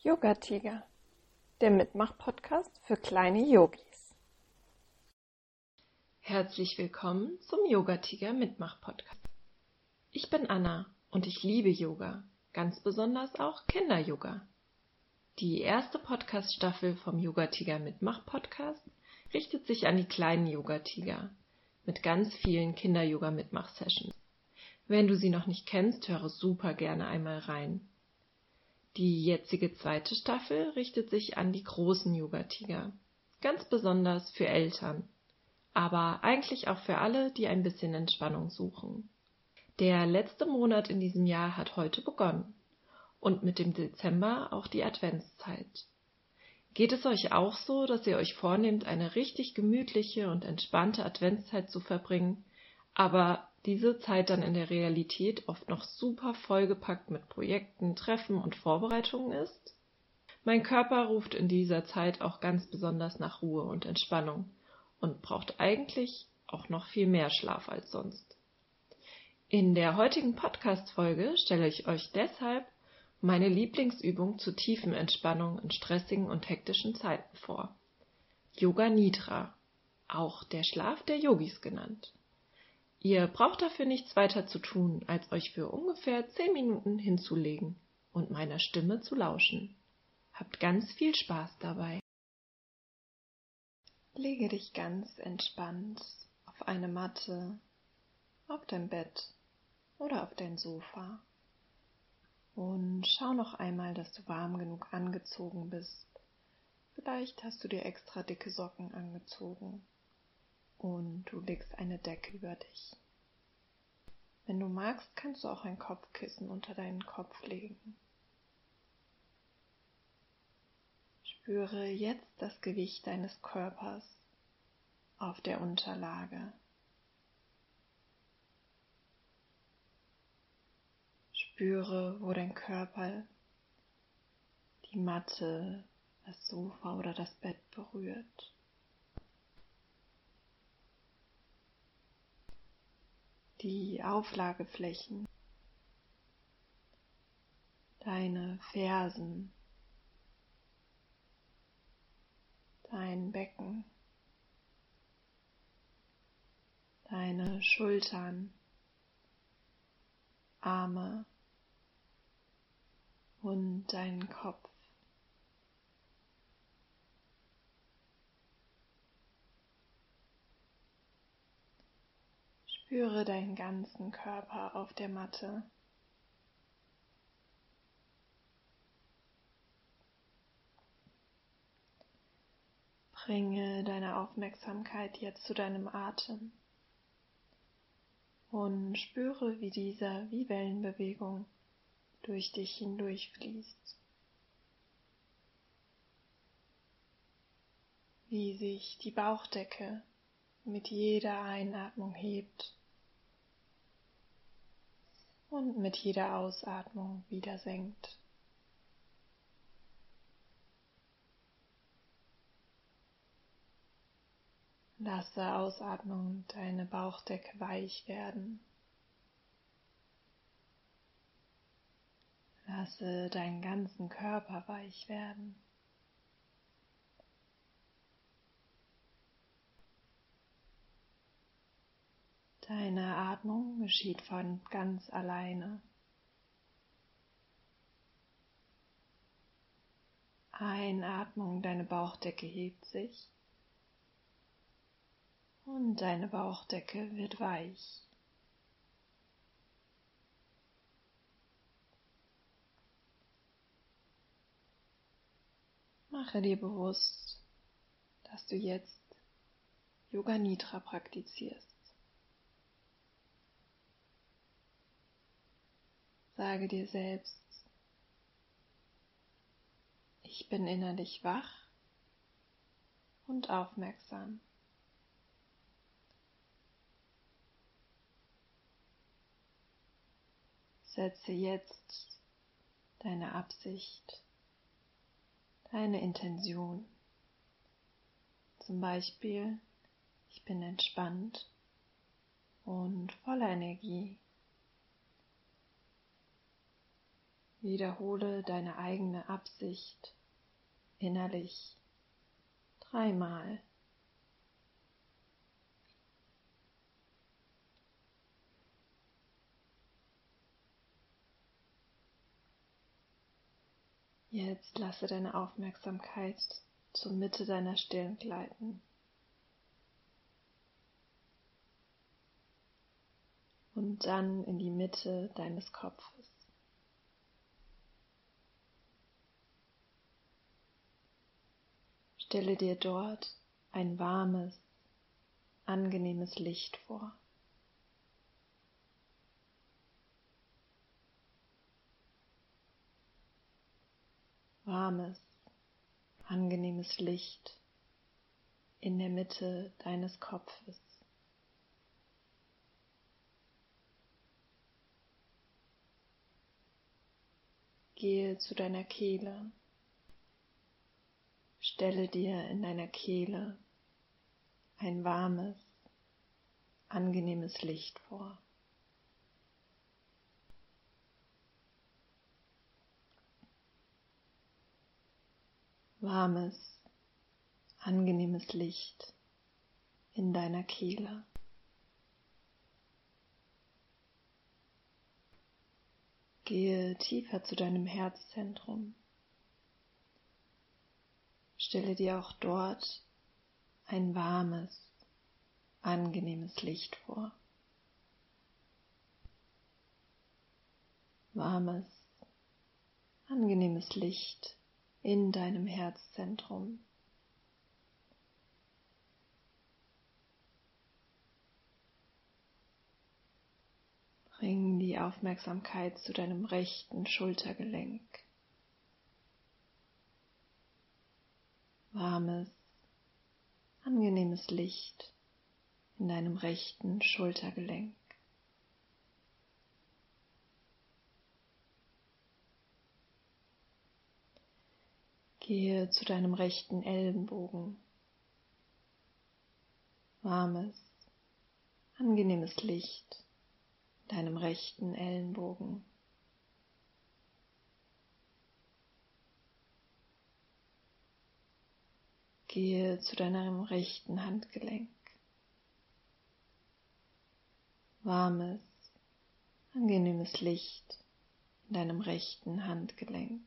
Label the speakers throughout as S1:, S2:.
S1: Yoga Tiger, der Mitmach-Podcast für kleine Yogis.
S2: Herzlich willkommen zum Yoga Tiger Mitmach-Podcast. Ich bin Anna und ich liebe Yoga, ganz besonders auch Kinder-Yoga. Die erste Podcast-Staffel vom Yoga Tiger Mitmach-Podcast richtet sich an die kleinen Yoga Tiger mit ganz vielen Kinder-Yoga-Mitmach-Sessions. Wenn du sie noch nicht kennst, höre super gerne einmal rein. Die jetzige zweite Staffel richtet sich an die großen Yoga-Tiger, ganz besonders für Eltern, aber eigentlich auch für alle, die ein bisschen Entspannung suchen. Der letzte Monat in diesem Jahr hat heute begonnen und mit dem Dezember auch die Adventszeit. Geht es euch auch so, dass ihr euch vornehmt, eine richtig gemütliche und entspannte Adventszeit zu verbringen, aber diese Zeit dann in der Realität oft noch super vollgepackt mit Projekten, Treffen und Vorbereitungen ist? Mein Körper ruft in dieser Zeit auch ganz besonders nach Ruhe und Entspannung und braucht eigentlich auch noch viel mehr Schlaf als sonst. In der heutigen Podcast-Folge stelle ich euch deshalb meine Lieblingsübung zur tiefen Entspannung in stressigen und hektischen Zeiten vor. Yoga Nidra, auch der Schlaf der Yogis genannt. Ihr braucht dafür nichts weiter zu tun, als euch für ungefähr 10 Minuten hinzulegen und meiner Stimme zu lauschen. Habt ganz viel Spaß dabei.
S1: Lege dich ganz entspannt auf eine Matte, auf dein Bett oder auf dein Sofa und schau noch einmal, dass du warm genug angezogen bist. Vielleicht hast du dir extra dicke Socken angezogen und du legst eine Decke über dich. Wenn du magst, kannst du auch ein Kopfkissen unter deinen Kopf legen. Spüre jetzt das Gewicht deines Körpers auf der Unterlage. Spüre, wo dein Körper die Matte, das Sofa oder das Bett berührt. Die Auflageflächen, deine Fersen, dein Becken, deine Schultern, Arme und deinen Kopf. Spüre deinen ganzen Körper auf der Matte. Bringe deine Aufmerksamkeit jetzt zu deinem Atem und spüre, wie dieser wie Wellenbewegung durch dich hindurchfließt. Wie sich die Bauchdecke mit jeder Einatmung hebt und mit jeder Ausatmung wieder senkt. Lasse Ausatmung deine Bauchdecke weich werden. Lasse deinen ganzen Körper weich werden. Deine Atmung geschieht von ganz alleine. Einatmung, deine Bauchdecke hebt sich und deine Bauchdecke wird weich. Mache dir bewusst, dass du jetzt Yoga Nidra praktizierst. Sage dir selbst, ich bin innerlich wach und aufmerksam. Setze jetzt deine Absicht, deine Intention. Zum Beispiel, ich bin entspannt und voller Energie. Wiederhole deine eigene Absicht innerlich 3-mal. Jetzt lasse deine Aufmerksamkeit zur Mitte deiner Stirn gleiten und dann in die Mitte deines Kopfes. Stelle dir dort ein warmes, angenehmes Licht vor. Warmes, angenehmes Licht in der Mitte deines Kopfes. Gehe zu deiner Kehle. Stelle dir in deiner Kehle ein warmes, angenehmes Licht vor. Warmes, angenehmes Licht in deiner Kehle. Gehe tiefer zu deinem Herzzentrum. Stelle dir auch dort ein warmes, angenehmes Licht vor. Warmes, angenehmes Licht in deinem Herzzentrum. Bring die Aufmerksamkeit zu deinem rechten Schultergelenk. Warmes, angenehmes Licht in deinem rechten Schultergelenk. Gehe zu deinem rechten Ellenbogen. Warmes, angenehmes Licht in deinem rechten Ellenbogen. Gehe zu deinem rechten Handgelenk. Warmes, angenehmes Licht in deinem rechten Handgelenk.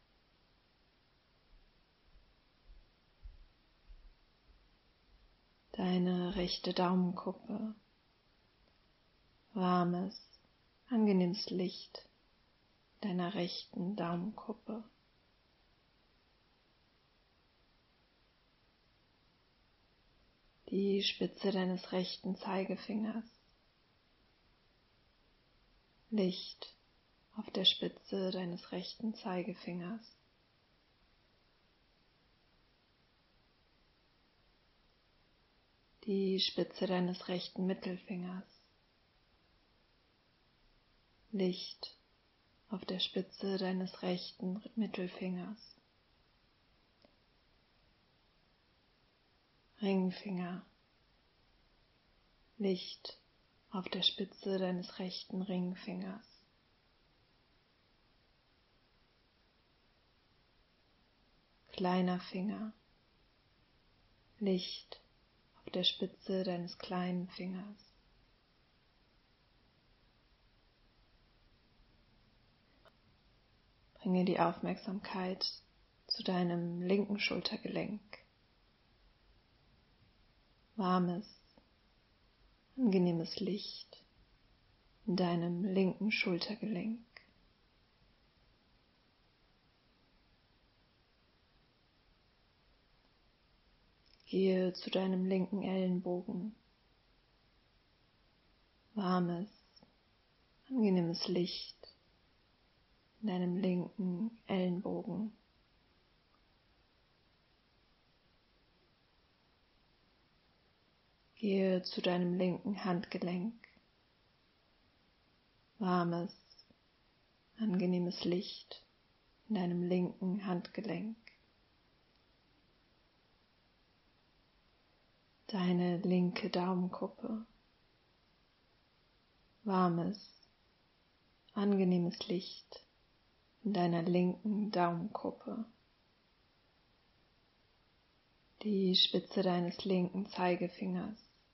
S1: Deine rechte Daumenkuppe. Warmes, angenehmes Licht in deiner rechten Daumenkuppe. Die Spitze deines rechten Zeigefingers. Licht auf der Spitze deines rechten Zeigefingers. Die Spitze deines rechten Mittelfingers. Licht auf der Spitze deines rechten Mittelfingers. Ringfinger. Licht auf der Spitze deines rechten Ringfingers. Kleiner Finger. Licht auf der Spitze deines kleinen Fingers. Bringe die Aufmerksamkeit zu deinem linken Schultergelenk. Warmes, angenehmes Licht in deinem linken Schultergelenk. Gehe zu deinem linken Ellenbogen. Warmes, angenehmes Licht in deinem linken Ellenbogen. Gehe zu deinem linken Handgelenk. Warmes, angenehmes Licht in deinem linken Handgelenk. Deine linke Daumenkuppe. Warmes, angenehmes Licht in deiner linken Daumenkuppe, die Spitze deines linken Zeigefingers,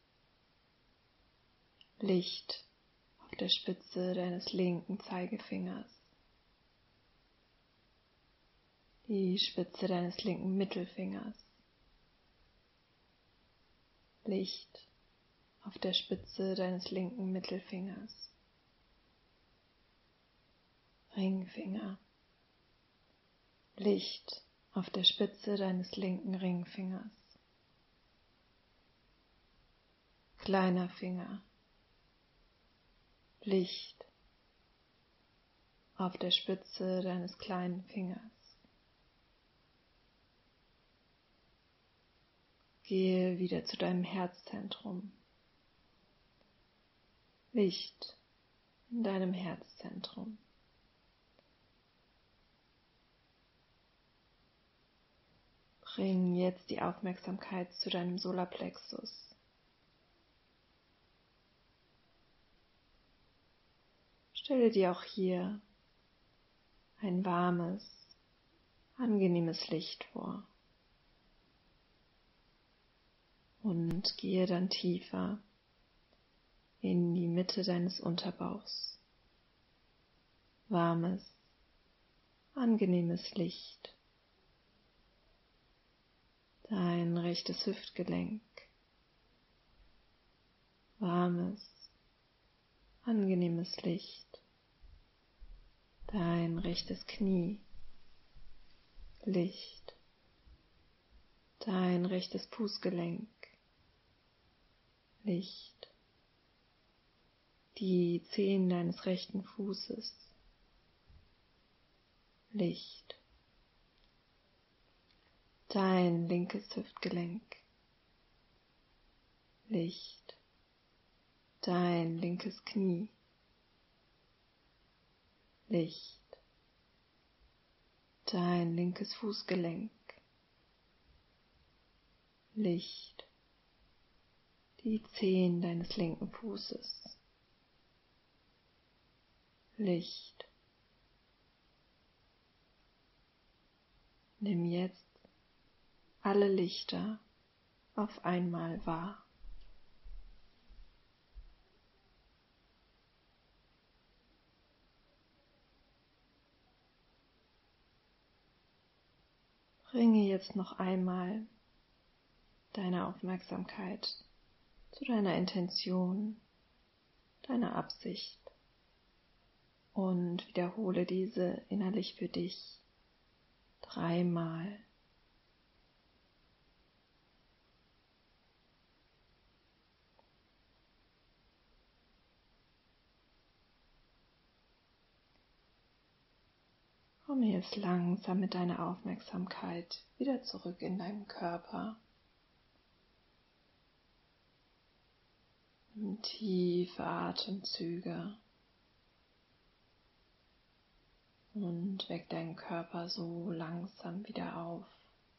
S1: Licht auf der Spitze deines linken Zeigefingers, die Spitze deines linken Mittelfingers, Licht auf der Spitze deines linken Mittelfingers, Ringfinger, Licht auf der Spitze deines linken Ringfingers, kleiner Finger, Licht auf der Spitze deines kleinen Fingers. Gehe wieder zu deinem Herzzentrum. Licht in deinem Herzzentrum. Bring jetzt die Aufmerksamkeit zu deinem Solarplexus. Stelle dir auch hier ein warmes, angenehmes Licht vor und gehe dann tiefer in die Mitte deines Unterbauchs. Warmes, angenehmes Licht. Dein rechtes Hüftgelenk. Warmes, angenehmes Licht. Dein rechtes Knie. Licht. Dein rechtes Fußgelenk. Licht. Die Zehen deines rechten Fußes. Licht. Dein linkes Hüftgelenk. Licht. Dein linkes Knie. Licht. Dein linkes Fußgelenk. Licht. Die Zehen deines linken Fußes. Licht. Nimm jetzt alle Lichter auf einmal wahr. Bringe jetzt noch einmal deine Aufmerksamkeit zu deiner Intention, deiner Absicht und wiederhole diese innerlich für dich 3-mal. Komme jetzt langsam mit deiner Aufmerksamkeit wieder zurück in deinen Körper. Nimm tiefe Atemzüge und weck deinen Körper so langsam wieder auf.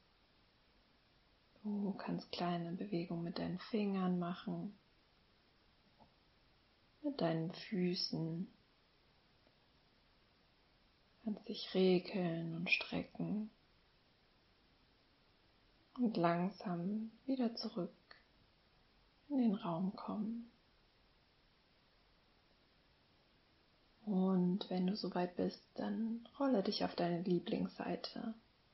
S1: Du kannst kleine Bewegungen mit deinen Fingern machen, mit deinen Füßen. Du kannst dich regeln und strecken und langsam wieder zurück in den Raum kommen. Und wenn du soweit bist, dann rolle dich auf deine Lieblingsseite.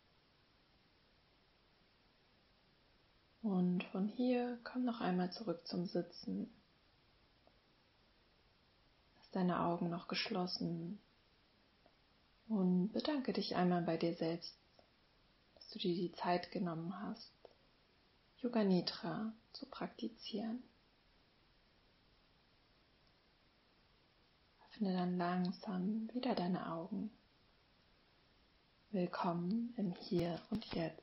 S1: Und von hier komm noch einmal zurück zum Sitzen. Lass deine Augen noch geschlossen und bedanke dich einmal bei dir selbst, dass du dir die Zeit genommen hast, Yoga Nidra zu praktizieren. Öffne dann langsam wieder deine Augen. Willkommen im Hier und Jetzt.